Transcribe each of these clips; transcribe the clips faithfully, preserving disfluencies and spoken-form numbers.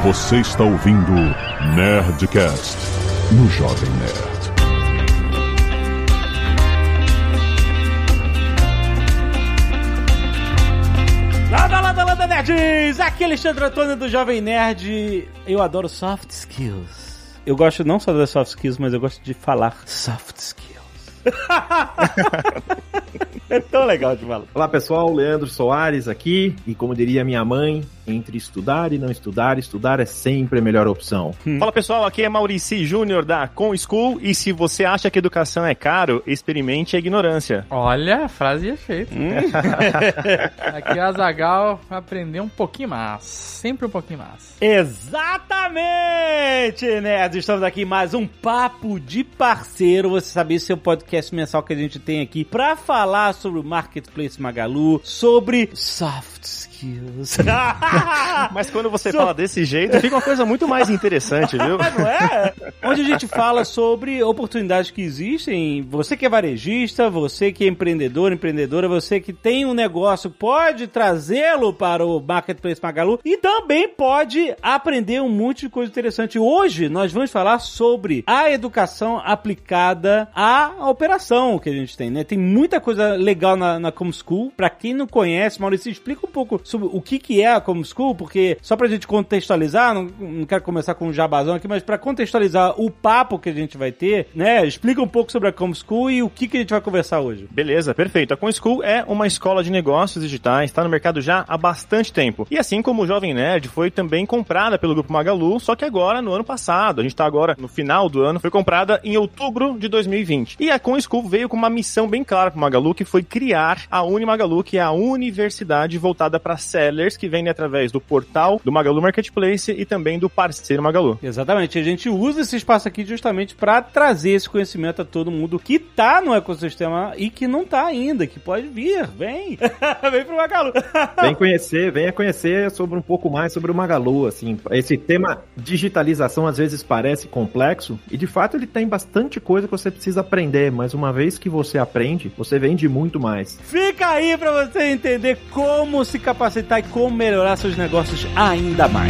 Você está ouvindo Nerdcast no Jovem Nerd. Landa, landa, landa, nerds! Aqui é Alexandre Antônio do Jovem Nerd. Eu adoro soft skills. Eu gosto não só das soft skills, mas eu gosto de falar soft skills. É tão legal de falar. Olá pessoal, Leandro Soares aqui. E como diria minha mãe, entre estudar e não estudar, estudar é sempre a melhor opção. Hum. Fala pessoal, aqui é Maurici Júnior da Com School. E se você acha que educação é caro, experimente a ignorância. Olha, a frase é feita. Hum. Aqui é a Azaghal, aprender um pouquinho mais. Sempre um pouquinho mais. Exatamente, nerds! Estamos aqui em mais um Papo de Parceiro. Você sabe, esse é o podcast mensal que a gente tem aqui pra falar sobre o Marketplace Magalu, sobre soft skills. Mas quando você so... fala desse jeito, fica uma coisa muito mais interessante, viu? Não é? Onde a gente fala sobre oportunidades que existem. Você que é varejista, você que é empreendedor, empreendedora, você que tem um negócio, pode trazê-lo para o Marketplace Magalu e também pode aprender um monte de coisa interessante. Hoje nós vamos falar sobre a educação aplicada à operação que a gente tem, né? Tem muita coisa legal na, na ComSchool. Pra quem não conhece, Maurício, explica um pouco sobre o que, que é a ComSchool, porque só pra gente contextualizar, não, não quero começar com um jabazão aqui, mas pra contextualizar o papo que a gente vai ter, né? Explica um pouco sobre a ComSchool e o que, que a gente vai conversar hoje. Beleza, perfeito. A ComSchool é uma escola de negócios digitais, está no mercado já há bastante tempo. E assim como o Jovem Nerd foi também comprada pelo Grupo Magalu, só que agora, no ano passado, a gente tá agora no final do ano, foi comprada em outubro de dois mil e vinte. E a ComSchool veio com uma missão bem clara pro Magalu, que foi criar a Unimagalu, que é a universidade voltada para sellers que vendem através do portal do Magalu Marketplace e também do parceiro Magalu. Exatamente, a gente usa esse espaço aqui justamente para trazer esse conhecimento a todo mundo que tá no ecossistema e que não tá ainda, que pode vir, vem, vem pro Magalu. Vem conhecer, venha conhecer sobre um pouco mais sobre o Magalu, assim, esse tema digitalização às vezes parece complexo e de fato ele tem bastante coisa que você precisa aprender, mas uma vez que você aprende, você vende muito mais. Fica aí para você entender como se capacitar e como melhorar seus negócios ainda mais.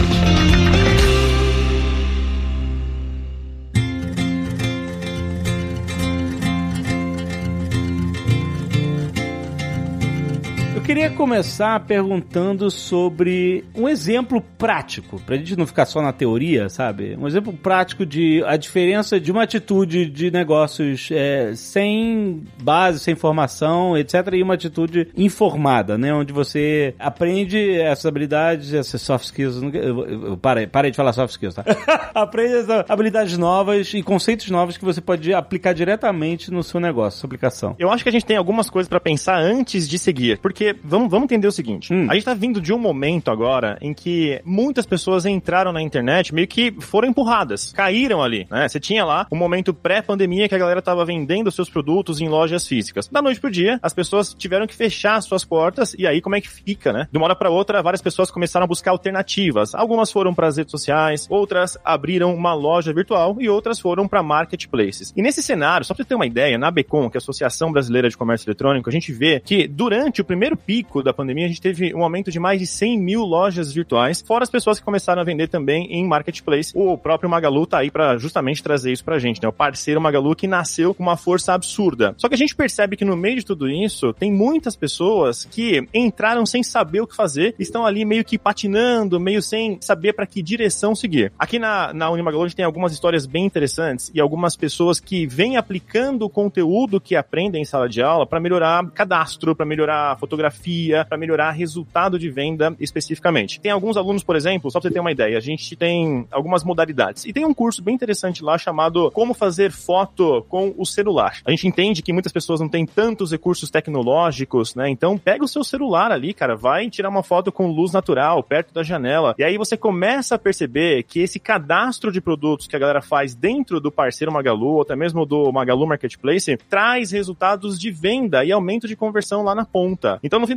Eu queria começar perguntando sobre um exemplo prático, pra gente não ficar só na teoria, sabe? Um exemplo prático de a diferença de uma atitude de negócios é, sem base, sem formação, etcétera, e uma atitude informada, né? Onde você aprende essas habilidades, essas soft skills. Eu, eu, eu parei, parei de falar soft skills, tá? Aprende essas habilidades novas e conceitos novos que você pode aplicar diretamente no seu negócio, sua aplicação. Eu acho que a gente tem algumas coisas pra pensar antes de seguir, porque Vamos, vamos entender o seguinte, hum. a gente tá vindo de um momento agora em que muitas pessoas entraram na internet meio que foram empurradas, caíram ali, né? Você tinha lá um momento pré-pandemia que a galera tava vendendo seus produtos em lojas físicas. Da noite pro dia, as pessoas tiveram que fechar suas portas e aí como é que fica, né? De uma hora pra outra, várias pessoas começaram a buscar alternativas. Algumas foram pras redes sociais, outras abriram uma loja virtual e outras foram pra marketplaces. E nesse cenário, só pra você ter uma ideia, na ABECOM, que é a Associação Brasileira de Comércio Eletrônico, a gente vê que durante o primeiro pico da pandemia, a gente teve um aumento de mais de cem mil lojas virtuais, fora as pessoas que começaram a vender também em marketplace. O próprio Magalu tá aí pra justamente trazer isso pra gente, né? O parceiro Magalu que nasceu com uma força absurda. Só que a gente percebe que no meio de tudo isso, tem muitas pessoas que entraram sem saber o que fazer, estão ali meio que patinando, meio sem saber pra que direção seguir. Aqui na, na Unimagalu a gente tem algumas histórias bem interessantes e algumas pessoas que vêm aplicando o conteúdo que aprendem em sala de aula pra melhorar cadastro, pra melhorar fotografia, para melhorar resultado de venda especificamente. Tem alguns alunos, por exemplo, só para você ter uma ideia, a gente tem algumas modalidades. E tem um curso bem interessante lá chamado Como Fazer Foto com o Celular. A gente entende que muitas pessoas não têm tantos recursos tecnológicos, né? Então pega o seu celular ali, cara, vai tirar uma foto com luz natural, perto da janela. E aí você começa a perceber que esse cadastro de produtos que a galera faz dentro do parceiro Magalu, ou até mesmo do Magalu Marketplace, traz resultados de venda e aumento de conversão lá na ponta. Então, no fim das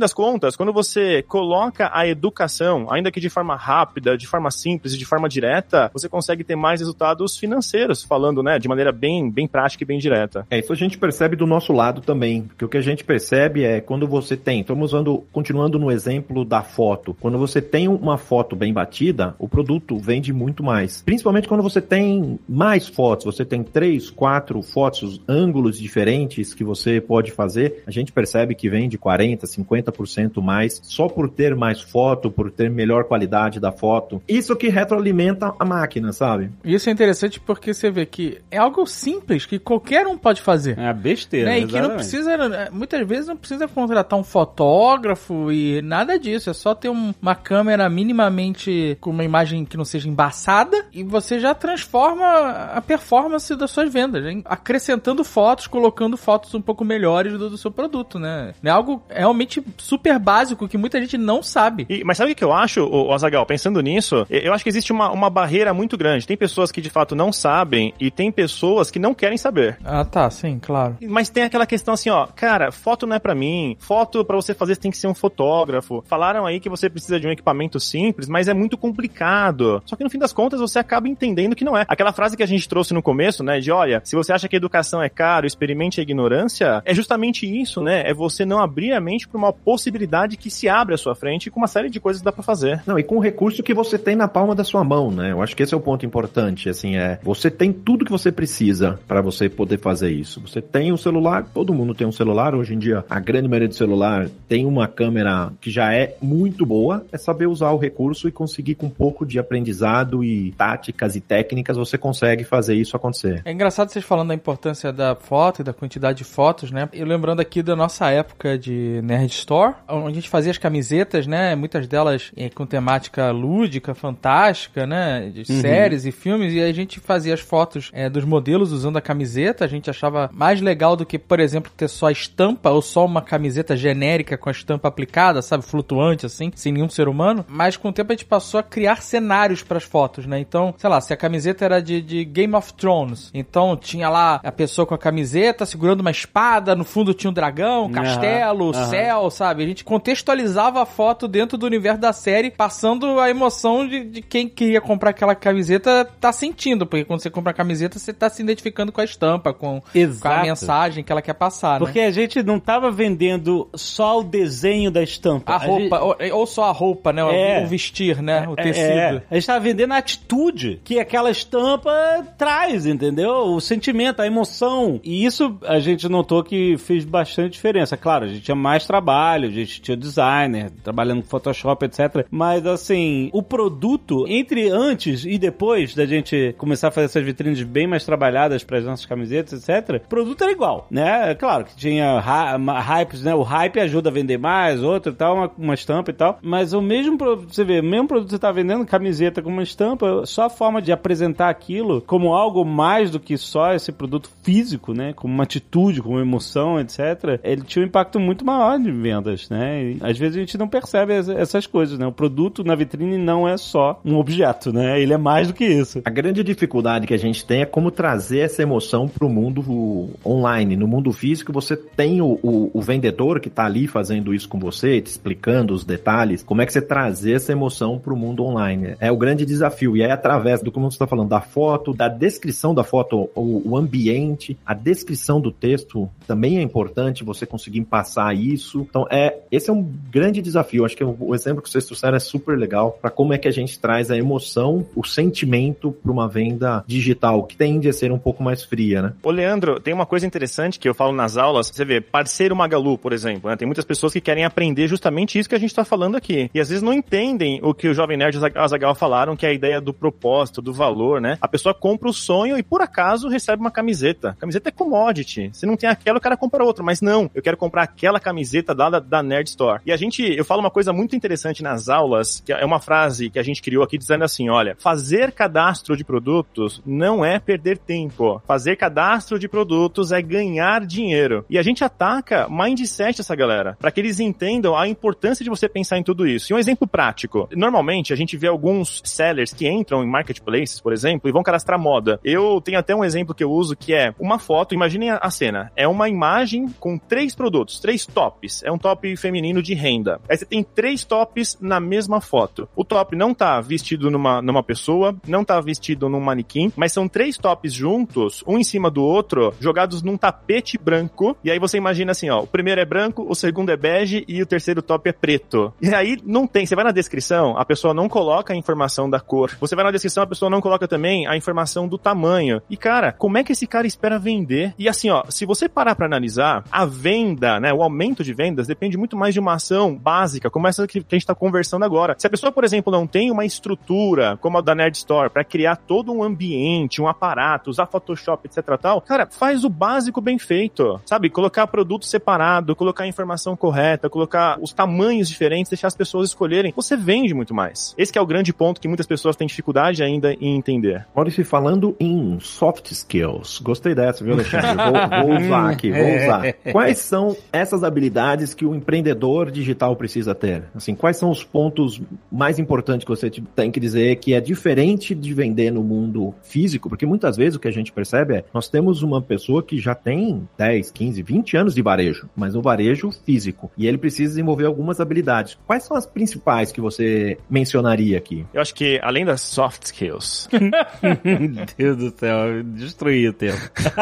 das contas, quando você coloca a educação, ainda que de forma rápida, de forma simples e de forma direta, você consegue ter mais resultados financeiros, falando, né, de maneira bem, bem prática e bem direta. É, isso a gente percebe do nosso lado também, porque o que a gente percebe é quando você tem, estamos usando, continuando no exemplo da foto, quando você tem uma foto bem batida, o produto vende muito mais. Principalmente quando você tem mais fotos, você tem três, quatro fotos, ângulos diferentes que você pode fazer, a gente percebe que vende quarenta, cinquenta por cento mais, só por ter mais foto, por ter melhor qualidade da foto. Isso que retroalimenta a máquina, sabe? Isso é interessante porque você vê que é algo simples, que qualquer um pode fazer. É besteira, né? E que não exatamente. precisa, muitas vezes não precisa contratar um fotógrafo e nada disso, é só ter um, uma câmera minimamente com uma imagem que não seja embaçada e você já transforma a performance das suas vendas, hein? Acrescentando fotos, colocando fotos um pouco melhores do, do seu produto, né? É algo realmente super básico que muita gente não sabe. E, mas sabe o que eu acho, ô, Azaghal, pensando nisso, eu acho que existe uma, uma barreira muito grande. Tem pessoas que de fato não sabem e tem pessoas que não querem saber. Ah, tá, sim, claro. Mas tem aquela questão assim, ó, cara, foto não é pra mim, foto pra você fazer você tem que ser um fotógrafo. Falaram aí que você precisa de um equipamento simples, mas é muito complicado. Só que no fim das contas você acaba entendendo que não é. Aquela frase que a gente trouxe no começo, né, de olha, se você acha que a educação é caro, experimente a ignorância, é justamente isso, né, é você não abrir a mente pra uma possibilidade que se abre à sua frente com uma série de coisas que dá pra fazer. Não, e com o recurso que você tem na palma da sua mão, né, eu acho que esse é o ponto importante, assim, é, você tem tudo que você precisa pra você poder fazer isso. Você tem um celular, todo mundo tem um celular, hoje em dia a grande maioria do celular tem uma câmera que já é muito boa, é saber usar o recurso e conseguir com um pouco de aprendizado e táticas e técnicas, você consegue fazer isso acontecer. É engraçado vocês falando da importância da foto e da quantidade de fotos, né? Eu lembrando aqui da nossa época de Nerd Store, onde a gente fazia as camisetas, né? Muitas delas é, com temática lúdica, fantástica, né? De uhum. séries e filmes, e a gente fazia as fotos é, dos modelos usando a camiseta, a gente achava mais legal do que, por exemplo, ter só a estampa ou só uma camiseta genérica com a estampa aplicada, sabe? Flutuante, assim, sem nenhum ser humano. Mas com o tempo a gente passou a criar cenários para as fotos, né? Então, sei lá, se a camiseta era de, de Game of Thrones, então tinha lá a pessoa com a camiseta segurando uma espada, no fundo tinha um dragão, um castelo, uhum. céu, sabe? A gente contextualizava a foto dentro do universo da série, passando a emoção de, de quem queria comprar aquela camiseta tá sentindo, porque quando você compra a camiseta, você tá se identificando com a estampa, com, com a mensagem que ela quer passar, porque né? a gente não tava vendendo só o desenho da estampa. A roupa, a gente... ou, ou só a roupa, né? É. O vestir, né? É, o tecido. É. A gente tava vendendo a atitude que aquela estampa traz, entendeu? O sentimento, a emoção. E isso a gente notou que fez bastante diferença. Claro, a gente tinha mais trabalho, a gente tinha designer, trabalhando com Photoshop, etcétera. Mas, assim, o produto, entre antes e depois da gente começar a fazer essas vitrines bem mais trabalhadas para as nossas camisetas, etcétera, o produto era igual, né? Claro que tinha hypes, né? O hype ajuda a vender mais, outro e tal, uma, uma estampa e tal. Mas o mesmo produto, você vê, o mesmo produto que você tá vendendo, camiseta com uma estampa, só a forma de apresentar aquilo como algo mais do que só esse produto físico, né? Como uma atitude, como uma emoção, etcétera. Ele tinha um impacto muito maior de vendas, né? E, às vezes a gente não percebe essas coisas, né? O produto na vitrine não é só um objeto, né? Ele é mais do que isso. A grande dificuldade que a gente tem é como trazer essa emoção pro mundo online. No mundo físico, você tem o, o, o vendedor que tá ali fazendo isso com você, te explicando os detalhes. Como é que você trazer essa emoção pro mundo online? É o grande desafio. E é através do, como você tá falando, da foto, da descrição da foto, o, o ambiente, a descrição do texto também é importante você conseguir passar isso. Então, é, esse é um grande desafio. Acho que o, o exemplo que vocês trouxeram é super legal para como é que a gente traz a emoção, o sentimento para uma venda digital, que tende a ser um pouco mais fria, né? Ô, Leandro, tem uma coisa interessante que eu falo nas aulas. Você vê, parceiro Magalu, por exemplo, né? Tem muitas pessoas que querem aprender justamente isso que a gente tá falando aqui. E às vezes não entendem o que o Jovem Nerd e o Azaghal falaram, que é a ideia do propósito, do valor, né? A pessoa compra o sonho e, por acaso, recebe uma camiseta. A camiseta é commodity. Se não tem aquela, o cara compra outra. Mas não, eu quero comprar aquela camiseta da, da, da Nerd Store. E a gente, eu falo uma coisa muito interessante nas aulas, que é uma frase que a gente criou aqui dizendo assim, olha, fazer cadastro de produtos não é perder tempo. Fazer cadastro de produtos é ganhar dinheiro. E a gente ataca mindset essa galera, para que eles entendam a importância de você pensar em tudo isso. E um exemplo prático. Normalmente, a gente vê alguns sellers que entram em marketplaces, por exemplo, e vão cadastrar moda. Eu tenho até um exemplo que eu uso que é uma foto, imaginem a cena, é uma imagem com três produtos, três tops. É um top top feminino de renda. Aí você tem três tops na mesma foto. O top não tá vestido numa, numa pessoa, não tá vestido num manequim, mas são três tops juntos, um em cima do outro, jogados num tapete branco, e aí você imagina assim, ó, o primeiro é branco, o segundo é bege e o terceiro top é preto. E aí não tem, você vai na descrição, a pessoa não coloca a informação da cor. Você vai na descrição, a pessoa não coloca também a informação do tamanho. E cara, como é que esse cara espera vender? E assim, ó, se você parar pra analisar, a venda, né, o aumento de vendas depende muito mais de uma ação básica, como essa que a gente tá conversando agora. Se a pessoa, por exemplo, não tem uma estrutura como a da Nerd Store pra criar todo um ambiente, um aparato, usar Photoshop, etc tal, cara, faz o básico bem feito, sabe? Colocar produto separado, colocar a informação correta, colocar os tamanhos diferentes, deixar as pessoas escolherem. Você vende muito mais. Esse que é o grande ponto que muitas pessoas têm dificuldade ainda em entender. Maurício, falando em soft skills, gostei dessa, viu, Alexandre? Vou, vou usar aqui, vou usar. Quais são essas habilidades que o empreendedor digital precisa ter? Assim, quais são os pontos mais importantes que você tem que dizer que é diferente de vender no mundo físico? Porque muitas vezes o que a gente percebe é, nós temos uma pessoa que já tem dez, quinze, vinte anos de varejo, mas um varejo físico, e ele precisa desenvolver algumas habilidades. Quais são as principais que você mencionaria aqui? Eu acho que, além das soft skills... Deus do céu, destruí o tempo.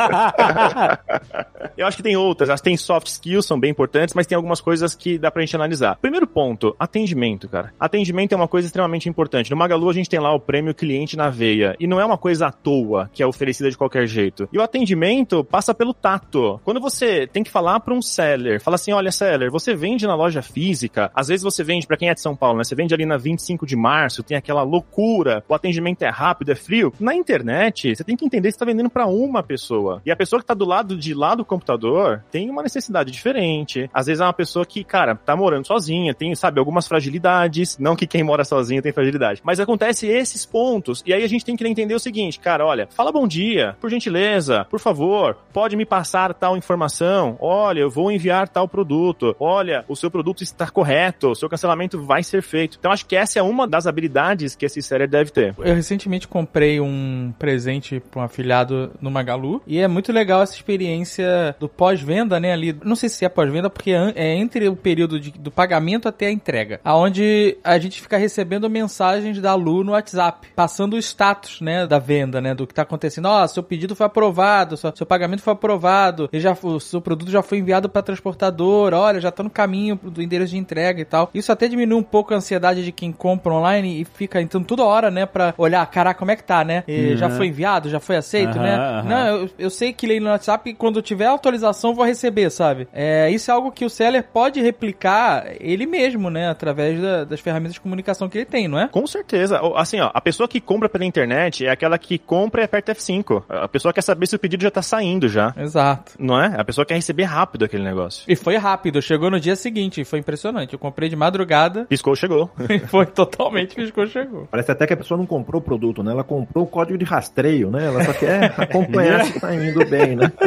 Eu acho que tem outras, acho que tem soft skills, são bem importantes, mas tem algumas coisas que dá pra gente analisar. Primeiro ponto, atendimento, cara. Atendimento é uma coisa extremamente importante. No Magalu a gente tem lá o prêmio cliente na veia, e não é uma coisa à toa que é oferecida de qualquer jeito. E o atendimento passa pelo tato. Quando você tem que falar pra um seller, fala assim, olha seller, você vende na loja física, às vezes você vende, pra quem é de São Paulo, né, você vende ali na vinte e cinco de março, tem aquela loucura, o atendimento é rápido, é frio. Na internet, você tem que entender que você tá vendendo pra uma pessoa. E a pessoa que tá do lado de lá do computador tem uma necessidade diferente. Às vezes é uma pessoa que, cara, tá morando sozinha, tem, sabe, algumas fragilidades. Não que quem mora sozinho tem fragilidade. Mas acontece esses pontos. E aí a gente tem que entender o seguinte, cara, olha, fala bom dia, por gentileza, por favor, pode me passar tal informação? Olha, eu vou enviar tal produto. Olha, o seu produto está correto, o seu cancelamento vai ser feito. Então acho que essa é uma das habilidades que esse seller deve ter. Eu recentemente comprei um presente para um afiliado no Magalu e é muito legal essa experiência do pós-venda, né, ali. Não sei se é pós-venda porque é entre o período de, do pagamento até a entrega, aonde a gente fica recebendo mensagens da Lu no WhatsApp, passando o status, né, da venda, né, do que tá acontecendo. Ó, oh, seu pedido foi aprovado, seu, seu pagamento foi aprovado, e já, o seu produto já foi enviado para transportadora, olha, já tá no caminho do endereço de entrega e tal. Isso até diminui um pouco a ansiedade de quem compra online e fica entrando toda hora, né, pra olhar, caraca, como é que tá, né? E uhum. Já foi enviado, já foi aceito, uhum, né? Uhum. Não, eu, eu sei que lei no WhatsApp, quando tiver autorização vou receber, sabe? É, isso é algo que o seller pode replicar ele mesmo, né? Através da, das ferramentas de comunicação que ele tem, não é? Com certeza. Assim, ó, a pessoa que compra pela internet é aquela que compra e aperta F cinco. A pessoa quer saber se o pedido já tá saindo já. Exato. Não é? A pessoa quer receber rápido aquele negócio. E foi rápido, chegou no dia seguinte, foi impressionante. Eu comprei de madrugada. Piscou, chegou. Foi totalmente piscou, chegou. Parece até que a pessoa não comprou o produto, né? Ela comprou o código de rastreio, né? Ela só quer acompanhar se tá indo bem, né?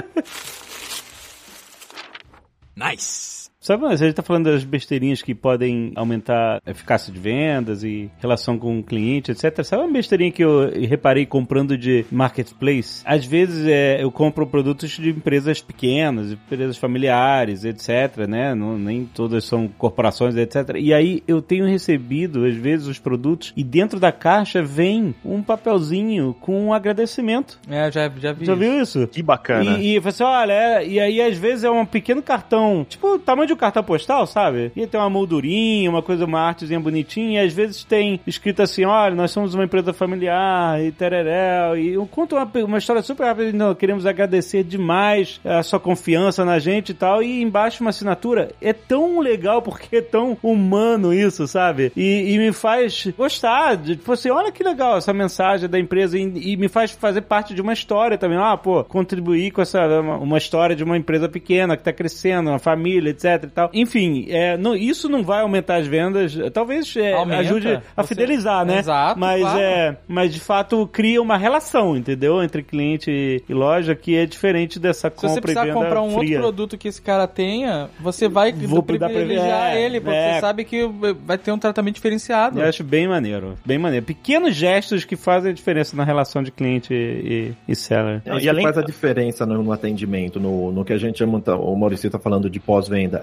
Nice! Sabe, mas a gente tá falando das besteirinhas que podem aumentar a eficácia de vendas e relação com o cliente, etcétera. Sabe uma besteirinha que eu reparei comprando de marketplace? Às vezes é, eu compro produtos de empresas pequenas, empresas familiares, etcétera, né? Não, nem todas são corporações, etcétera. E aí eu tenho recebido, às vezes, os produtos e dentro da caixa vem um papelzinho com um agradecimento. É, já, já vi Já isso. viu isso? Que bacana. E, e você, olha, é, e aí às vezes é um pequeno cartão, tipo o tamanho de um cartão postal, sabe? E tem uma moldurinha, uma coisa, uma artezinha bonitinha, e às vezes tem escrito assim, olha, nós somos uma empresa familiar, e tereréu, e eu conto uma, uma história super rápida, não, queremos agradecer demais a sua confiança na gente e tal, e embaixo uma assinatura. É tão legal, porque é tão humano isso, sabe? E, e me faz gostar, de, tipo assim, olha que legal essa mensagem da empresa, e, e me faz fazer parte de uma história também, ah, pô, contribuir com essa, uma, uma história de uma empresa pequena que tá crescendo, uma família, etc e tal. Enfim, é, não, isso não vai aumentar as vendas, talvez é, ajude a Você... fidelizar, né? Exato, mas, claro. é, mas de fato cria uma relação, entendeu? Entre cliente e, e loja que é diferente dessa compra e venda. Se você precisar comprar um fria. outro produto que esse cara tenha, você vai Vou privilegiar é, ele, porque é. você sabe que vai ter um tratamento diferenciado. Eu acho bem maneiro, bem maneiro. Pequenos gestos que fazem a diferença na relação de cliente e, e, e seller. É, e além... faz a diferença no, no atendimento, no, no que a gente chama, o Maurício tá falando de pós-venda.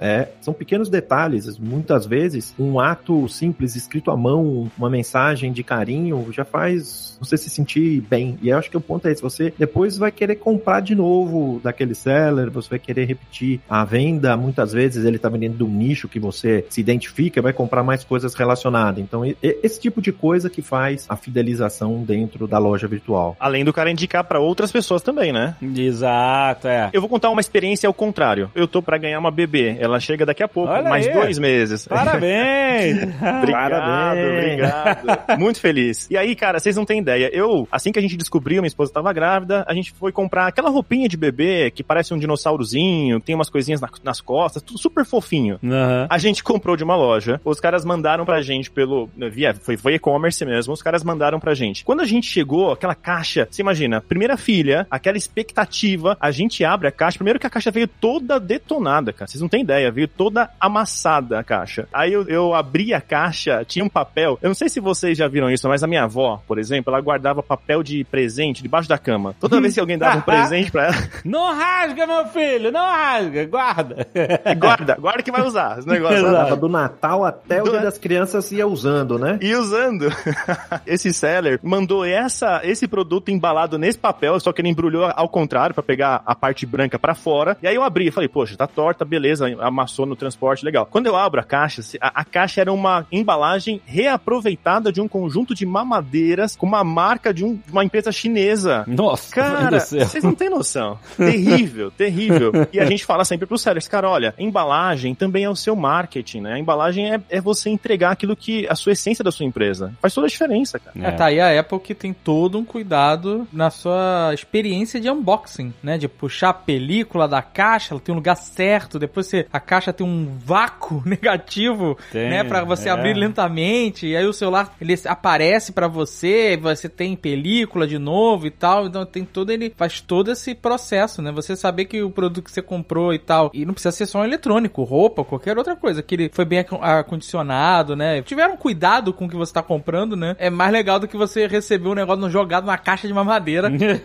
É, são pequenos detalhes. Muitas vezes, um ato simples, escrito à mão, uma mensagem de carinho, já faz você se sentir bem. E eu acho que o ponto é esse. Você depois vai querer comprar de novo daquele seller, você vai querer repetir a venda. Muitas vezes ele está vendendo do nicho que você se identifica, vai comprar mais coisas relacionadas. Então, esse tipo de coisa que faz a fidelização dentro da loja virtual. Além do cara indicar para outras pessoas também, né? Exato, é. Eu vou contar uma experiência ao contrário. Eu tô para ganhar uma bebê. Ela chega daqui a pouco, Olha mais aí. dois meses. Parabéns! obrigado, Parabéns. obrigado. Muito feliz. E aí, cara, vocês não têm ideia. Eu, assim que a gente descobriu, minha esposa estava grávida, a gente foi comprar aquela roupinha de bebê que parece um dinossaurozinho, tem umas coisinhas na, nas costas, tudo super fofinho. Uhum. A gente comprou de uma loja, os caras mandaram pra gente pelo... Via, foi, foi e-commerce mesmo, os caras mandaram pra gente. Quando a gente chegou, aquela caixa, você imagina, primeira filha, aquela expectativa, a gente abre a caixa, primeiro que a caixa veio toda detonada, cara, vocês não têm ideia, veio toda amassada a caixa. Aí eu, eu abri a caixa, tinha um papel, eu não sei se vocês já viram isso, mas a minha avó, por exemplo, ela guardava papel de presente debaixo da cama. Toda vez que alguém dava um presente pra ela... Não rasga, meu filho, não rasga, guarda. Guarda, guarda que vai usar esse negócio. Dava do Natal até o do... dia das crianças ia usando, né? E usando. Esse seller mandou essa, esse produto embalado nesse papel, só que ele embrulhou ao contrário pra pegar a parte branca pra fora. E aí eu abri e falei, poxa, tá torta, beleza, amassou no transporte, legal. Quando eu abro a caixa, a, a caixa era uma embalagem reaproveitada de um conjunto de mamadeiras com uma marca de, um, de uma empresa chinesa. Nossa, cara, vocês não têm noção. Terrível, terrível. E a gente fala sempre pros sellers, cara, olha, embalagem também é o seu marketing, né? A embalagem é, é você entregar aquilo que, a sua essência da sua empresa. Faz toda a diferença, cara. É, tá aí a Apple que tem todo um cuidado na sua experiência de unboxing, né? De puxar a película da caixa, ela tem um lugar certo, depois você, a caixa tem um vácuo negativo, tem, né? Pra você é. abrir lentamente, e aí o celular, ele aparece pra você, você tem película de novo e tal, então tem todo, ele faz todo esse processo, né? Você saber que o produto que você comprou e tal, e não precisa ser só um eletrônico, roupa, qualquer outra coisa, que ele foi bem acondicionado, né? Tiveram cuidado com o que você tá comprando, né? É mais legal do que você receber um negócio jogado numa caixa de mamadeira. Né?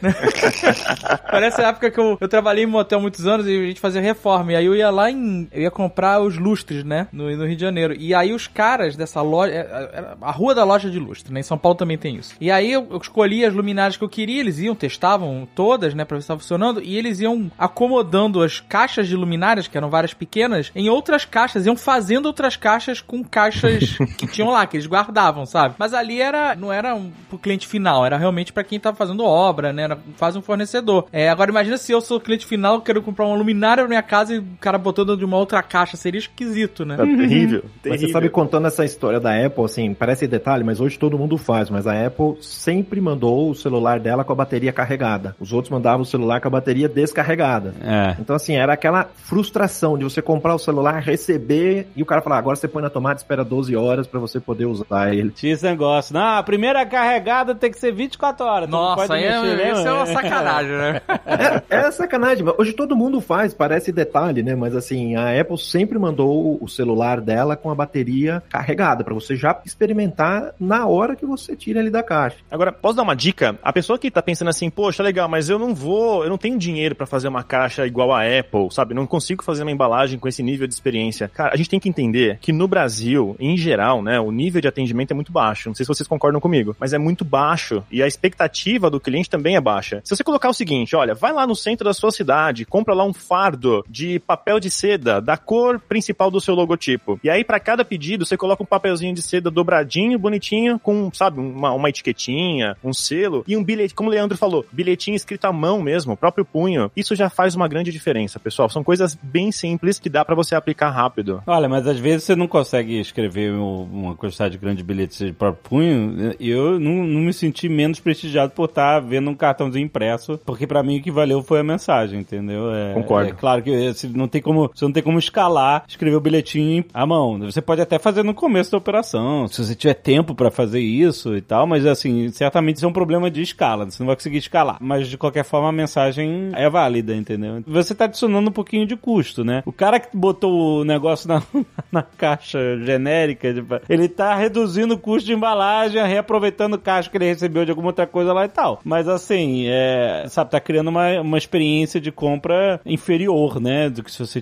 Parece a época que eu, eu trabalhei em motel muitos anos e a gente fazia reforma, e aí eu ia lá em... eu ia comprar os lustres, né? No, no Rio de Janeiro. E aí os caras dessa loja... a rua da loja de lustre, né? Em São Paulo também tem isso. E aí eu, eu escolhi as luminárias que eu queria, eles iam, testavam todas, né? Pra ver se estava funcionando, e eles iam acomodando as caixas de luminárias, que eram várias pequenas, em outras caixas, iam fazendo outras caixas com caixas que tinham lá, que eles guardavam, sabe? Mas ali era, não era um, pro cliente final, era realmente pra quem tava fazendo obra, né? Era quase um fornecedor. É, agora imagina se eu sou cliente final, quero comprar uma luminária na minha casa e o cara botando de uma outra caixa, seria esquisito, né? É terrível, terrível. Mas você sabe, contando essa história da Apple, assim, parece detalhe, mas hoje todo mundo faz, mas a Apple sempre mandou o celular dela com a bateria carregada. Os outros mandavam o celular com a bateria descarregada. É. Então, assim, era aquela frustração de você comprar o celular, receber, e o cara falar, agora você põe na tomada e espera doze horas pra você poder usar ele. Tinha esse negócio. Não, a primeira carregada tem que ser vinte e quatro horas. Nossa, aí mexer, é, isso é uma sacanagem, né? É, é sacanagem, mas hoje todo mundo faz, parece detalhe, né? Mas assim, a Apple sempre mandou o celular dela com a bateria carregada, pra você já experimentar na hora que você tira ele da caixa. Agora, posso dar uma dica? A pessoa que tá pensando assim, poxa, legal, mas eu não vou, eu não tenho dinheiro pra fazer uma caixa igual a Apple, sabe? Não consigo fazer uma embalagem com esse nível de experiência. Cara, a gente tem que entender que no Brasil, em geral, né, o nível de atendimento é muito baixo. Não sei se vocês concordam comigo, mas é muito baixo e a expectativa do cliente também é baixa. Se você colocar o seguinte, olha, vai lá no centro da sua cidade, compra lá um fardo de papel de seda da cor principal do seu logotipo. E aí, pra cada pedido, você coloca um papelzinho de seda dobradinho, bonitinho, com, sabe, uma, uma etiquetinha, um selo e um bilhete, como o Leandro falou, bilhetinho escrito à mão mesmo, próprio punho. Isso já faz uma grande diferença, pessoal. São coisas bem simples que dá pra você aplicar rápido. Olha, mas às vezes você não consegue escrever uma quantidade grande de bilhetes de próprio punho, e eu não, não me senti menos prestigiado por estar vendo um cartãozinho impresso, porque pra mim o que valeu foi a mensagem, entendeu? É, Concordo. É claro que você não tem como, você não tem como escalar, escrever o bilhetinho à mão. Você pode até fazer no começo da operação, se você tiver tempo pra fazer isso e tal, mas assim, certamente isso é um problema de escala, você não vai conseguir escalar. Mas de qualquer forma a mensagem é válida, entendeu? Você tá adicionando um pouquinho de custo, né? O cara que botou o negócio na, na caixa genérica, tipo, ele tá reduzindo o custo de embalagem, reaproveitando o caixa que ele recebeu de alguma outra coisa lá e tal. Mas assim, é, sabe, tá criando uma, uma experiência de compra inferior, né? Do que se você tivesse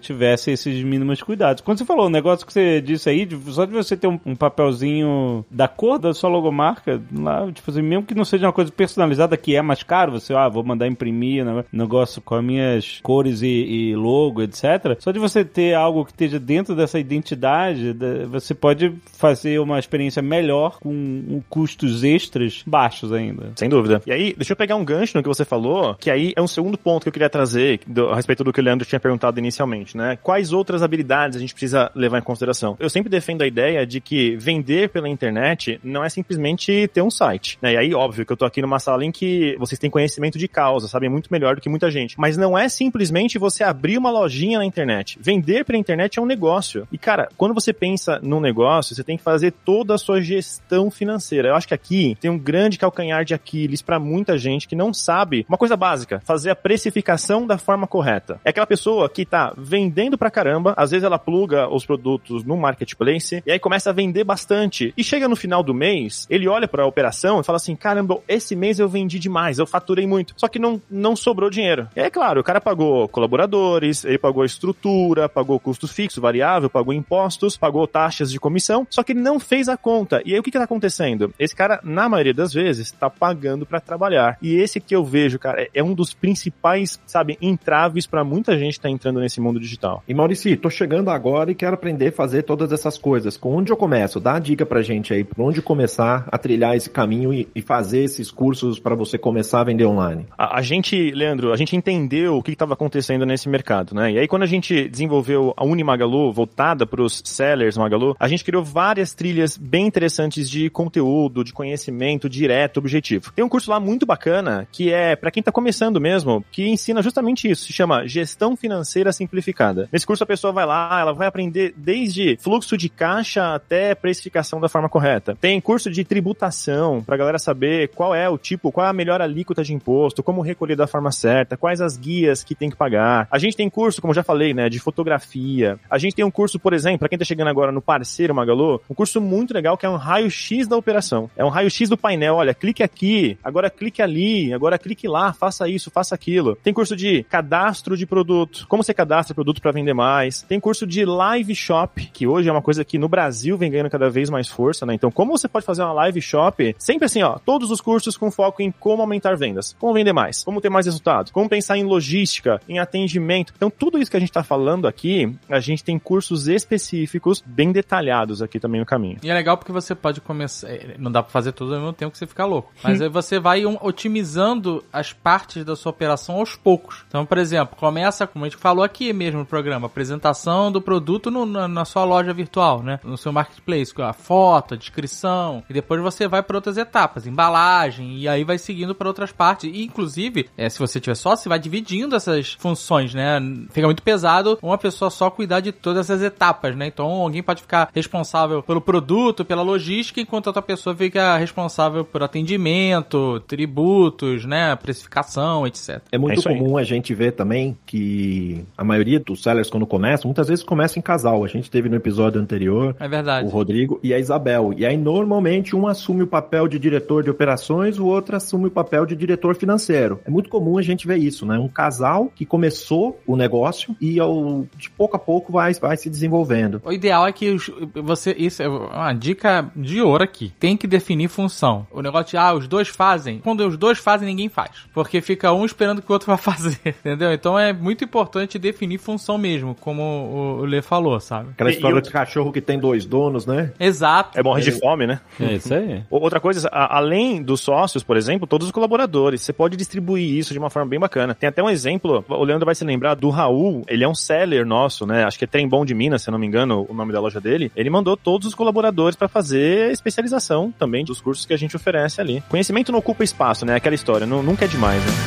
oferecer esses mínimos cuidados. Quando você falou o negócio que você disse aí, de, só de você ter um, um papelzinho da cor da sua logomarca, lá, tipo assim, mesmo que não seja uma coisa personalizada, que é mais caro, você, ah, vou mandar imprimir né, negócio com as minhas cores e, e logo, etcétera. Só de você ter algo que esteja dentro dessa identidade, você pode fazer uma experiência melhor com um, custos extras baixos ainda. Sem dúvida. E aí, deixa eu pegar um gancho no que você falou, que aí é um segundo ponto que eu queria trazer do, a respeito do que o Leandro tinha perguntado inicialmente, né? Quais outras habilidades a gente precisa levar em consideração? Eu sempre defendo a ideia de que vender pela internet não é simplesmente ter um site, né? E aí, óbvio que eu tô aqui numa sala em que vocês têm conhecimento de causa, sabem muito melhor do que muita gente, mas não é simplesmente você abrir uma lojinha na internet. Vender pela internet é um negócio. E, cara, quando você pensa num negócio, você tem que fazer toda a sua gestão financeira. Eu acho que aqui tem um grande calcanhar de Aquiles pra muita gente que não sabe uma coisa básica, fazer a precificação da forma correta. É aquela pessoa que tá vendendo pra caramba, às vezes ela pluga os produtos no marketplace e aí começa a vender bastante. E chega no final do mês, ele olha pra operação e fala assim, caramba, esse mês eu vendi demais, eu faturei muito. Só que não, não sobrou dinheiro. E aí, claro, o cara pagou colaboradores, ele pagou estrutura, pagou custos fixos, variável, pagou impostos, pagou taxas de comissão, só que ele não fez a conta. E aí o que que tá acontecendo? Esse cara, na maioria das vezes, tá pagando pra trabalhar. E esse que eu vejo, cara, é um dos principais, sabe, entraves pra muita gente que tá entrando nesse mundo digital. E Maurício, tô chegando agora e quero aprender a fazer todas essas coisas. Com onde eu começo? Dá a dica pra gente aí, por onde começar a trilhar esse caminho e, e fazer esses cursos pra você começar a vender online. A, a gente, Leandro, a gente entendeu o que estava acontecendo nesse mercado, né? E aí quando a gente desenvolveu a Unimagalu, voltada pros sellers Magalu, a gente criou várias trilhas bem interessantes de conteúdo, de conhecimento direto, objetivo. Tem um curso lá muito bacana, que é pra quem tá começando mesmo, que ensina justamente isso, se chama Gestão Financeira Simplificada. Nesse curso a pessoa vai lá, ela vai aprender desde fluxo de caixa até precificação da forma correta. Tem curso de tributação, pra galera saber qual é o tipo, qual é a melhor alíquota de imposto, como recolher da forma certa, quais as guias que tem que pagar. A gente tem curso, como já falei, né, de fotografia. A gente tem um curso, por exemplo, pra quem tá chegando agora no parceiro Magalu, um curso muito legal que é um raio-x da operação. É um raio-x do painel, olha, clique aqui, agora clique ali, agora clique lá, faça isso, faça aquilo. Tem curso de cadastro de produto, como você cadastra produto pra vender mais. Tem curso de live shop, que hoje é uma coisa que no Brasil vem ganhando cada vez mais força, né? Então, como você pode fazer uma live shop, sempre assim, ó, todos os cursos com foco em como aumentar vendas, como vender mais, como ter mais resultado, como pensar em logística, em atendimento. Então, tudo isso que a gente tá falando aqui, a gente tem cursos específicos, bem detalhados aqui também no caminho. E é legal porque você pode começar, não dá pra fazer tudo ao mesmo tempo que você fica louco, mas aí você vai um, otimizando as partes da sua operação aos poucos. Então, por exemplo, começa, como a gente falou aqui mesmo no programa, apresentação do produto no, na, na sua loja virtual, né? No seu marketplace, com a foto, a descrição, e depois você vai para outras etapas, embalagem, e aí vai seguindo para outras partes. E, inclusive, é, se você tiver só, você vai dividindo essas funções, né? Fica muito pesado uma pessoa só cuidar de todas essas etapas, né? Então, alguém pode ficar responsável pelo produto, pela logística, enquanto a outra pessoa fica responsável por atendimento, tributos, né? Precificação, etcétera. É muito é comum a gente ver também que a maioria dos sellers, quando começam, muitas vezes começam em casal. A gente teve no episódio anterior é verdade. O Rodrigo e a Isabel. E aí, normalmente, um assume o papel de diretor de operações, o outro assume o papel de diretor financeiro. É muito comum a gente ver isso, né? Um casal que começou o negócio e ao, de pouco a pouco vai, vai se desenvolvendo. O ideal é que os, você... Isso é uma dica de ouro aqui. Tem que definir função. O negócio de, ah, os dois fazem. Quando os dois fazem, ninguém faz. Porque fica um esperando que o outro vai fazer. Entendeu? Então é muito importante definir função mesmo, como o, o Lê falou, sabe? Aquela E- história e eu- de cachorro que tem dois donos, né? Exato. É morrer de fome, né? É isso aí. Outra coisa, a- além dos sócios, por exemplo, todos os colaboradores, você pode distribuir isso de uma forma bem bacana. Tem até um exemplo, o Leandro vai se lembrar do Raul, ele é um seller nosso, né? Acho que é Trem Bom de Minas, se eu não me engano, o nome da loja dele. Ele mandou todos os colaboradores para fazer especialização também dos cursos que a gente oferece ali. Conhecimento não ocupa espaço, né? Aquela história, não, nunca é demais, né?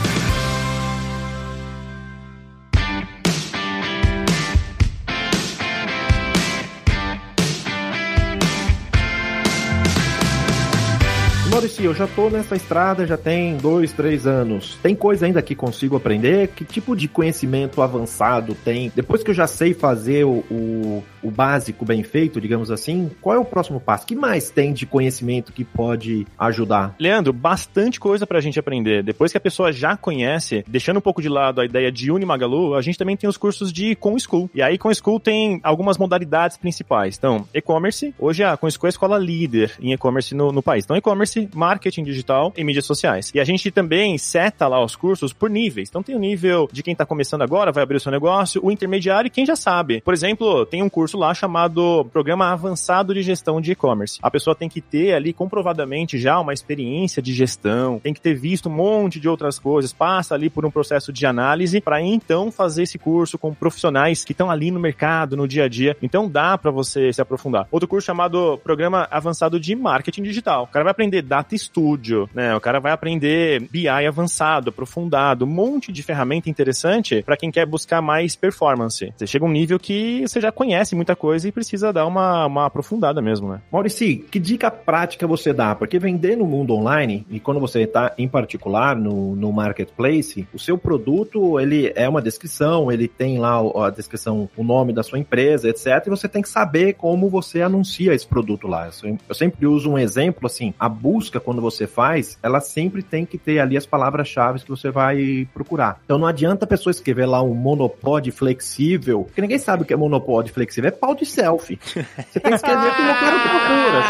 Maurício, eu já tô nessa estrada, já tem dois, três anos. Tem coisa ainda que consigo aprender? Que tipo de conhecimento avançado tem? Depois que eu já sei fazer o, o, o básico bem feito, digamos assim, qual é o próximo passo? O que mais tem de conhecimento que pode ajudar? Leandro, bastante coisa pra gente aprender. Depois que a pessoa já conhece, deixando um pouco de lado a ideia de Unimagalu, a gente também tem os cursos de ComSchool. E aí, ComSchool tem algumas modalidades principais. Então, e-commerce. Hoje a ComSchool é a escola líder em e-commerce no, no país. Então, e-commerce, marketing digital e mídias sociais. E a gente também seta lá os cursos por níveis. Então, tem o nível de quem tá começando agora, vai abrir o seu negócio, o intermediário e quem já sabe. Por exemplo, tem um curso lá chamado Programa Avançado de Gestão de E-commerce. A pessoa tem que ter ali comprovadamente já uma experiência de gestão, tem que ter visto um monte de outras coisas, passa ali por um processo de análise para então fazer esse curso com profissionais que estão ali no mercado, no dia a dia. Então dá para você se aprofundar. Outro curso chamado Programa Avançado de Marketing Digital. O cara vai aprender Data Studio, né? O cara vai aprender B I avançado, aprofundado, um monte de ferramenta interessante para quem quer buscar mais performance. Você chega a um nível que você já conhece muita coisa e precisa dar uma, uma aprofundada mesmo, né? Maurício, que dica prática você dá? Porque vender no mundo online, e quando você está em particular no, no marketplace, o seu produto, ele é uma descrição, ele tem lá a descrição, o nome da sua empresa, etcétera. E você tem que saber como você anuncia esse produto lá. Eu sempre uso um exemplo, assim, a busca, quando você faz, ela sempre tem que ter ali as palavras-chave que você vai procurar. Então não adianta a pessoa escrever lá um monopod flexível, porque ninguém sabe o que é monopod flexível, é pau de selfie. Você tem que escrever como o cara procura,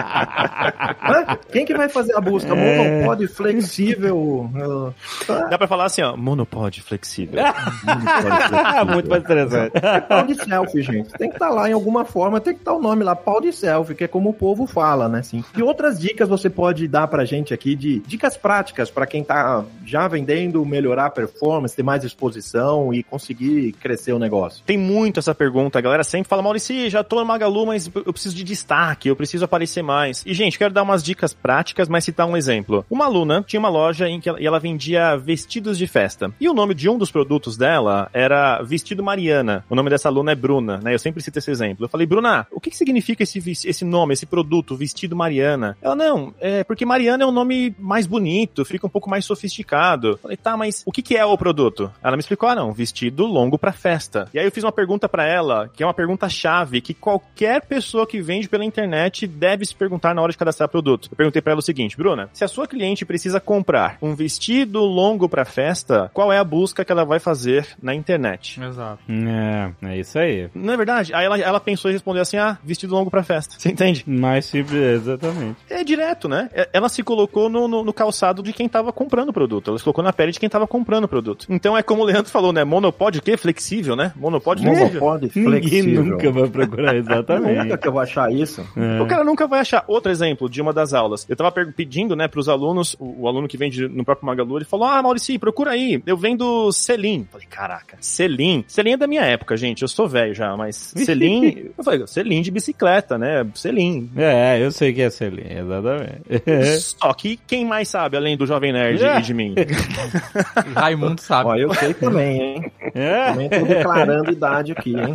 sabe? Quem que vai fazer a busca? É. Monopod flexível. Dá pra falar assim, ó, monopod flexível. Monopod flexível. Muito mais interessante. É pau de selfie, gente. Tem que estar tá lá em alguma forma, tem que estar tá o nome lá, pau de selfie, que é como o povo fala, né? Assim. Que outras dicas você pode dar pra gente aqui de dicas práticas pra quem tá já vendendo, melhorar a performance, ter mais exposição e conseguir crescer o negócio? Tem muito essa pergunta. A galera sempre fala, Maurício, já tô no Magalu, mas eu preciso de destaque, eu preciso aparecer mais. E, gente, quero dar umas dicas práticas, mas citar um exemplo. Uma aluna tinha uma loja em que ela, e ela vendia vestidos de festa. E o nome de um dos produtos dela era Vestido Mariana. O nome dessa aluna é Bruna, né? Eu sempre cito esse exemplo. Eu falei, Bruna, o que, que significa esse, esse nome, esse produto, Vestido Mariana? Ela, não, é porque Mariana é um nome mais bonito, fica um pouco mais sofisticado. Eu falei, tá, mas o que, que é o produto? Ela me explicou, ah, não, vestido longo pra festa. E aí eu fiz uma pergunta pra ela, que é uma pergunta-chave, que qualquer pessoa que vende pela internet deve se perguntar na hora de cadastrar produto. Eu perguntei pra ela o seguinte, Bruna, se a sua cliente precisa comprar um vestido longo pra festa, qual é a busca que ela vai fazer na internet? Exato. É, é isso aí. Não é verdade? Aí ela, ela pensou e respondeu assim, ah, vestido longo pra festa. Você entende? Mais simples, exatamente. É direto, né? Ela se colocou no, no, no calçado de quem tava comprando o produto. Ela se colocou na pele de quem tava comprando o produto. Então é como o Leandro falou, né? Monopod o quê? Flexível, né? Monopod flexível. Monopod flexível. Ninguém nunca vai procurar, exatamente. Nunca que eu vou achar isso. É. O cara nunca vai achar. Outro exemplo de uma das aulas. Eu tava pedindo, né, pros alunos, o, o aluno que vende no próprio Magalu, ele falou, ah, Maurício, procura aí. Eu vendo selim. Falei, caraca, selim. Selim é da minha época, gente. Eu sou velho já, mas selim... eu falei, selim de bicicleta, né? Selim. É, eu sei que é selim, exatamente. Só que quem mais sabe, além do Jovem Nerd é. e de mim? Raimundo sabe. Ó, eu sei também, hein? É. Também tô declarando idade aqui, hein?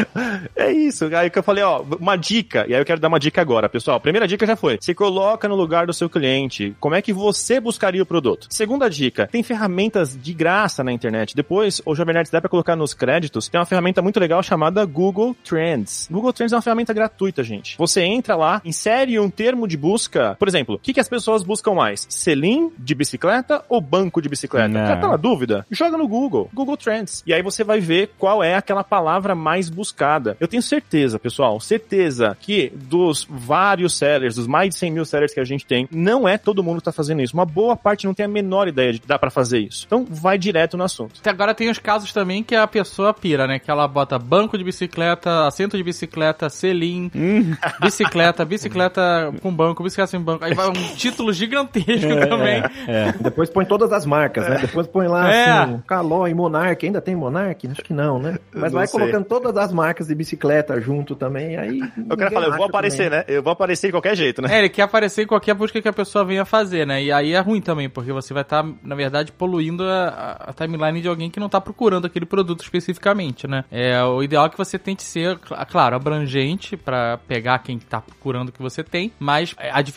É isso. Aí que eu falei, ó, uma dica. E aí eu quero dar uma dica agora, pessoal. A primeira dica já foi. Se coloca no lugar do seu cliente. Como é que você buscaria o produto? Segunda dica. Tem ferramentas de graça na internet. Depois, o Jovem Nerd dá pra colocar nos créditos. Tem uma ferramenta muito legal chamada Google Trends. Google Trends é uma ferramenta gratuita, gente. Você entra lá, insere um termo de busca. Por exemplo, o que, que as pessoas buscam mais? Selim de bicicleta ou banco de bicicleta? Não. Já tá na dúvida? Joga no Google. Google Trends. E aí você vai ver qual é aquela palavra mais buscada. Eu tenho certeza, pessoal, certeza que dos vários sellers, dos mais de cem mil sellers que a gente tem, não é todo mundo que tá fazendo isso. Uma boa parte não tem a menor ideia de que dá pra fazer isso. Então, vai direto no assunto. Agora tem os casos também que a pessoa pira, né? Que ela bota banco de bicicleta, assento de bicicleta, selim, hum. bicicleta, bicicleta com banco, bicicleta sem banco. Aí vai um título gigantesco é, também. É, é. Depois põe todas as marcas, né? Depois põe lá, é. assim, Caloi, Monark. Ainda tem Monark? Acho que não, né? Mas não vai sei. Colocando todas as marcas de bicicleta junto também, aí... O cara fala, eu vou aparecer, também. Né? Eu vou aparecer de qualquer jeito, né? É, ele quer aparecer em qualquer busca que a pessoa venha fazer, né? E aí é ruim também, porque você vai estar, tá, na verdade, poluindo a, a timeline de alguém que não tá procurando aquele produto especificamente, né? É, o ideal é que você tente ser, claro, abrangente pra pegar quem tá procurando o que você tem, mas a dificuldade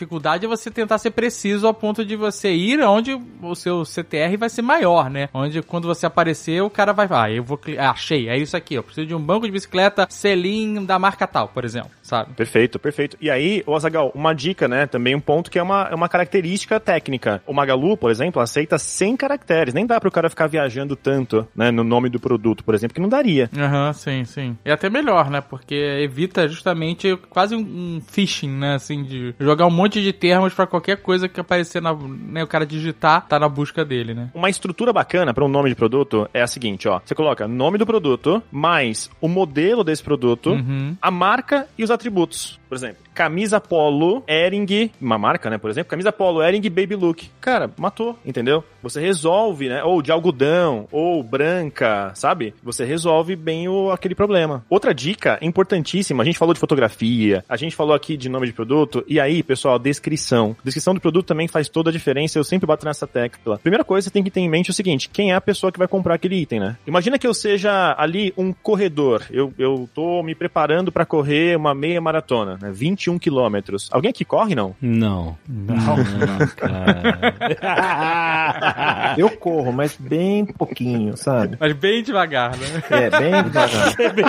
é você tentar ser preciso ao ponto de você ir onde o seu C T R vai ser maior, né? Onde quando você aparecer, o cara vai, ah, eu vou, ah, achei, é isso aqui, eu preciso de um banco de bicicleta Selim da marca tal, por exemplo, sabe? Perfeito, perfeito. E aí, ô Azaghal, uma dica, né, também um ponto que é uma, é uma característica técnica. O Magalu, por exemplo, aceita cem caracteres, nem dá pro cara ficar viajando tanto, né, no nome do produto, por exemplo, que não daria. Aham, uhum, sim, sim. E até melhor, né, porque evita justamente quase um, um phishing, né, assim, de jogar um monte de termos pra qualquer coisa que aparecer, na, né, o cara digitar, tá na busca dele, né. Uma estrutura bacana para um nome de produto é a seguinte, ó, você coloca nome do produto, mais o modelo desse produto, uhum. a marca e os atributos. Por exemplo, camisa polo, Hering, uma marca, né, por exemplo, camisa polo, Hering, baby look. Cara, matou, entendeu? Você resolve, né, ou de algodão, ou branca, sabe? Você resolve bem o, aquele problema. Outra dica importantíssima, a gente falou de fotografia, a gente falou aqui de nome de produto, e aí, pessoal, descrição. Descrição do produto também faz toda a diferença, eu sempre bato nessa tecla. Primeira coisa, você tem que ter em mente o seguinte, quem é a pessoa que vai comprar aquele item, né? Imagina que eu seja ali um corredor, eu, eu tô me preparando pra correr uma meia maratona, né? vinte e um quilômetros. Alguém aqui corre, não? Não. Não, não cara. Eu corro, mas bem pouquinho, sabe? Mas bem devagar, né? É, bem devagar. É bem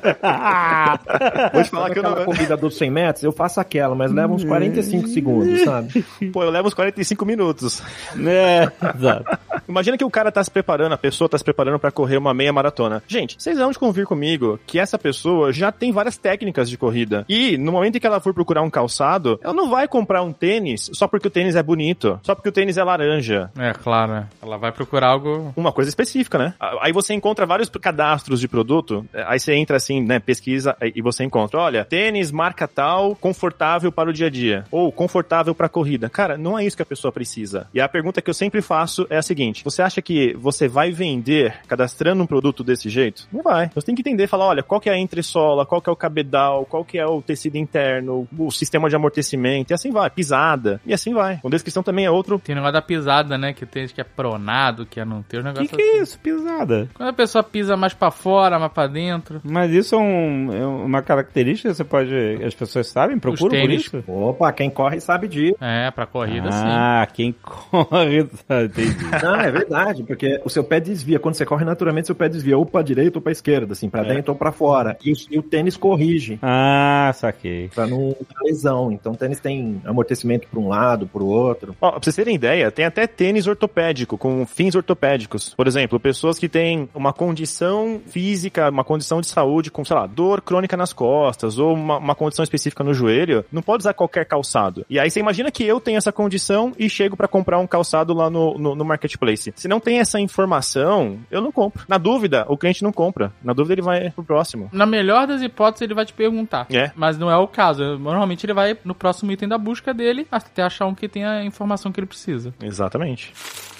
devagar. Vou te falar que aquela eu não... corrida dos cem metros, eu faço aquela, mas leva uns quarenta e cinco segundos, sabe? Pô, eu levo uns quarenta e cinco minutos. É, exato. Imagina que o cara tá se preparando, a pessoa tá se preparando pra correr uma meia maratona. Gente, vocês vão convir comigo que essa pessoa já tem várias técnicas de corrida. E no momento em que ela for procurar um calçado, ela não vai comprar um tênis só porque o tênis é bonito, só porque o tênis é laranja. É, claro, né? Ela vai procurar algo... Uma coisa específica, né? Aí você encontra vários cadastros de produto, aí você entra assim, né, pesquisa, e você encontra, olha, tênis marca tal, confortável para o dia a dia, ou confortável para corrida. Cara, não é isso que a pessoa precisa. E a pergunta que eu sempre faço é a seguinte, você acha que você vai vender cadastrando um produto desse jeito? Não vai. Você tem que entender, falar, olha, qual que é a entressola, qual que é o cabedal, qual que é o tecido interno, o sistema de amortecimento, e assim vai, pisada, e assim vai. Com descrição também é outro. Tem o negócio da pisada, né, que tem que é pronado, que é não ter o negócio. Que que assim. é isso, pisada? Quando a pessoa pisa mais pra fora, mais pra dentro. Mas isso é, um, é uma característica, você pode, as pessoas sabem, procuram por isso? Opa, quem corre sabe disso. É, pra corrida ah, sim. Ah, quem corre, entendi. Não, é verdade, porque o seu pé desvia, quando você corre naturalmente, seu pé desvia ou pra direita ou pra esquerda, assim, pra é. dentro ou pra fora. E o, e o tênis corrige. Ah, saquei. Pra não dar lesão. Então o tênis tem amortecimento pra um lado, pro outro. Ó, pra vocês terem ideia, tem até tênis ortopédico, com fins ortopédicos. Por exemplo, pessoas que têm uma condição física, uma condição de saúde, com, sei lá, dor crônica nas costas, ou uma, uma condição específica no joelho, não pode usar qualquer calçado. E aí você imagina que eu tenho essa condição e chego pra comprar um calçado lá no, no, no Marketplace. Se não tem essa informação, eu não compro. Na dúvida, o cliente não compra. Na dúvida, ele vai pro próximo. Na melhor das hipóteses, ele vai te perguntar. É. Mas não é o caso. Normalmente, ele vai no próximo item da busca dele até achar um que tenha a informação que ele precisa. Exatamente.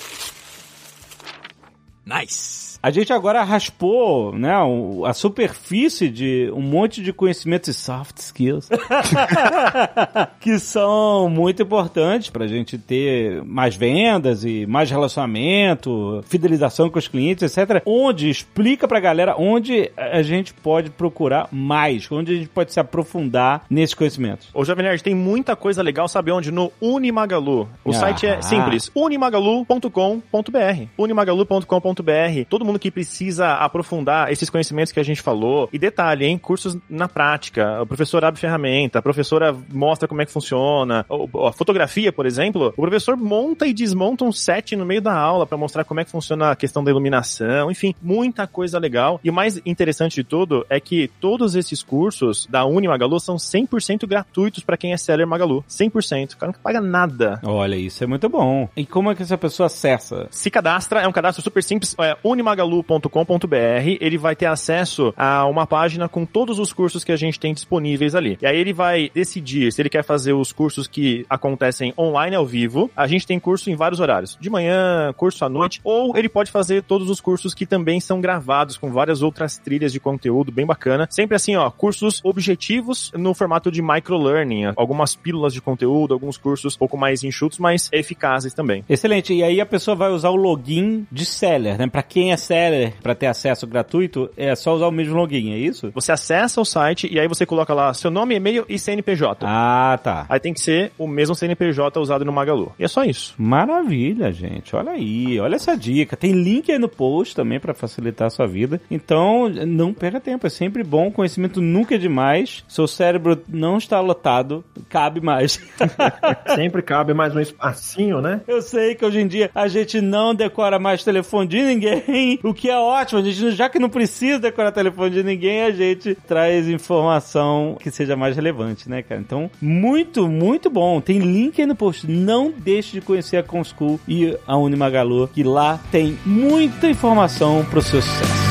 Nice! A gente agora raspou, né, a superfície de um monte de conhecimentos e soft skills que são muito importantes pra gente ter mais vendas e mais relacionamento, fidelização com os clientes, etcétera. Onde explica pra galera onde a gente pode procurar mais, onde a gente pode se aprofundar nesses conhecimentos. Ô, Jovem Nerd, tem muita coisa legal, sabe onde? No Unimagalu. O ah. site é simples, unimagalu ponto com ponto b r. unimagalu ponto com ponto b r. Todo mundo que precisa aprofundar esses conhecimentos que a gente falou. E detalhe, hein? Cursos na prática. O professor abre ferramenta, a professora mostra como é que funciona. A fotografia, por exemplo, o professor monta e desmonta um set no meio da aula para mostrar como é que funciona a questão da iluminação. Enfim, muita coisa legal. E o mais interessante de tudo é que todos esses cursos da Unimagalu são cem por cento gratuitos para quem é seller Magalu. cem por cento. O cara não paga nada. Olha, isso é muito bom. E como é que essa pessoa acessa? Se cadastra, é um cadastro super simples, é unimagalu ponto com ponto b r. Ele vai ter acesso a uma página com todos os cursos que a gente tem disponíveis ali. E aí ele vai decidir se ele quer fazer os cursos que acontecem online ao vivo. A gente tem curso em vários horários. De manhã, curso à noite, ou ele pode fazer todos os cursos que também são gravados com várias outras trilhas de conteúdo bem bacana. Sempre assim, ó, cursos objetivos no formato de microlearning. Algumas pílulas de conteúdo, alguns cursos um pouco mais enxutos, mas eficazes também. Excelente. E aí a pessoa vai usar o login de seller, né? Pra quem é best-seller para ter acesso gratuito, é só usar o mesmo login, é isso? Você acessa o site e aí você coloca lá seu nome, e-mail e C N P J. Ah, tá. Aí tem que ser o mesmo C N P J usado no Magalu. E é só isso. Maravilha, gente. Olha aí. Olha essa dica. Tem link aí no post também para facilitar a sua vida. Então, não perca tempo. É sempre bom. Conhecimento nunca é demais. Seu cérebro não está lotado. Cabe mais. Sempre cabe mais um espacinho, né? Eu sei que hoje em dia a gente não decora mais telefone de ninguém, o que é ótimo. A gente, já que não precisa decorar telefone de ninguém, a gente traz informação que seja mais relevante, né, cara? Então, muito, muito bom. Tem link aí no post. Não deixe de conhecer a ComSchool e a Unimagalu, que lá tem muita informação para o seu sucesso.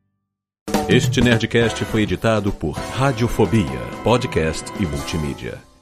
Este Nerdcast foi editado por Radiofobia, podcast e multimídia.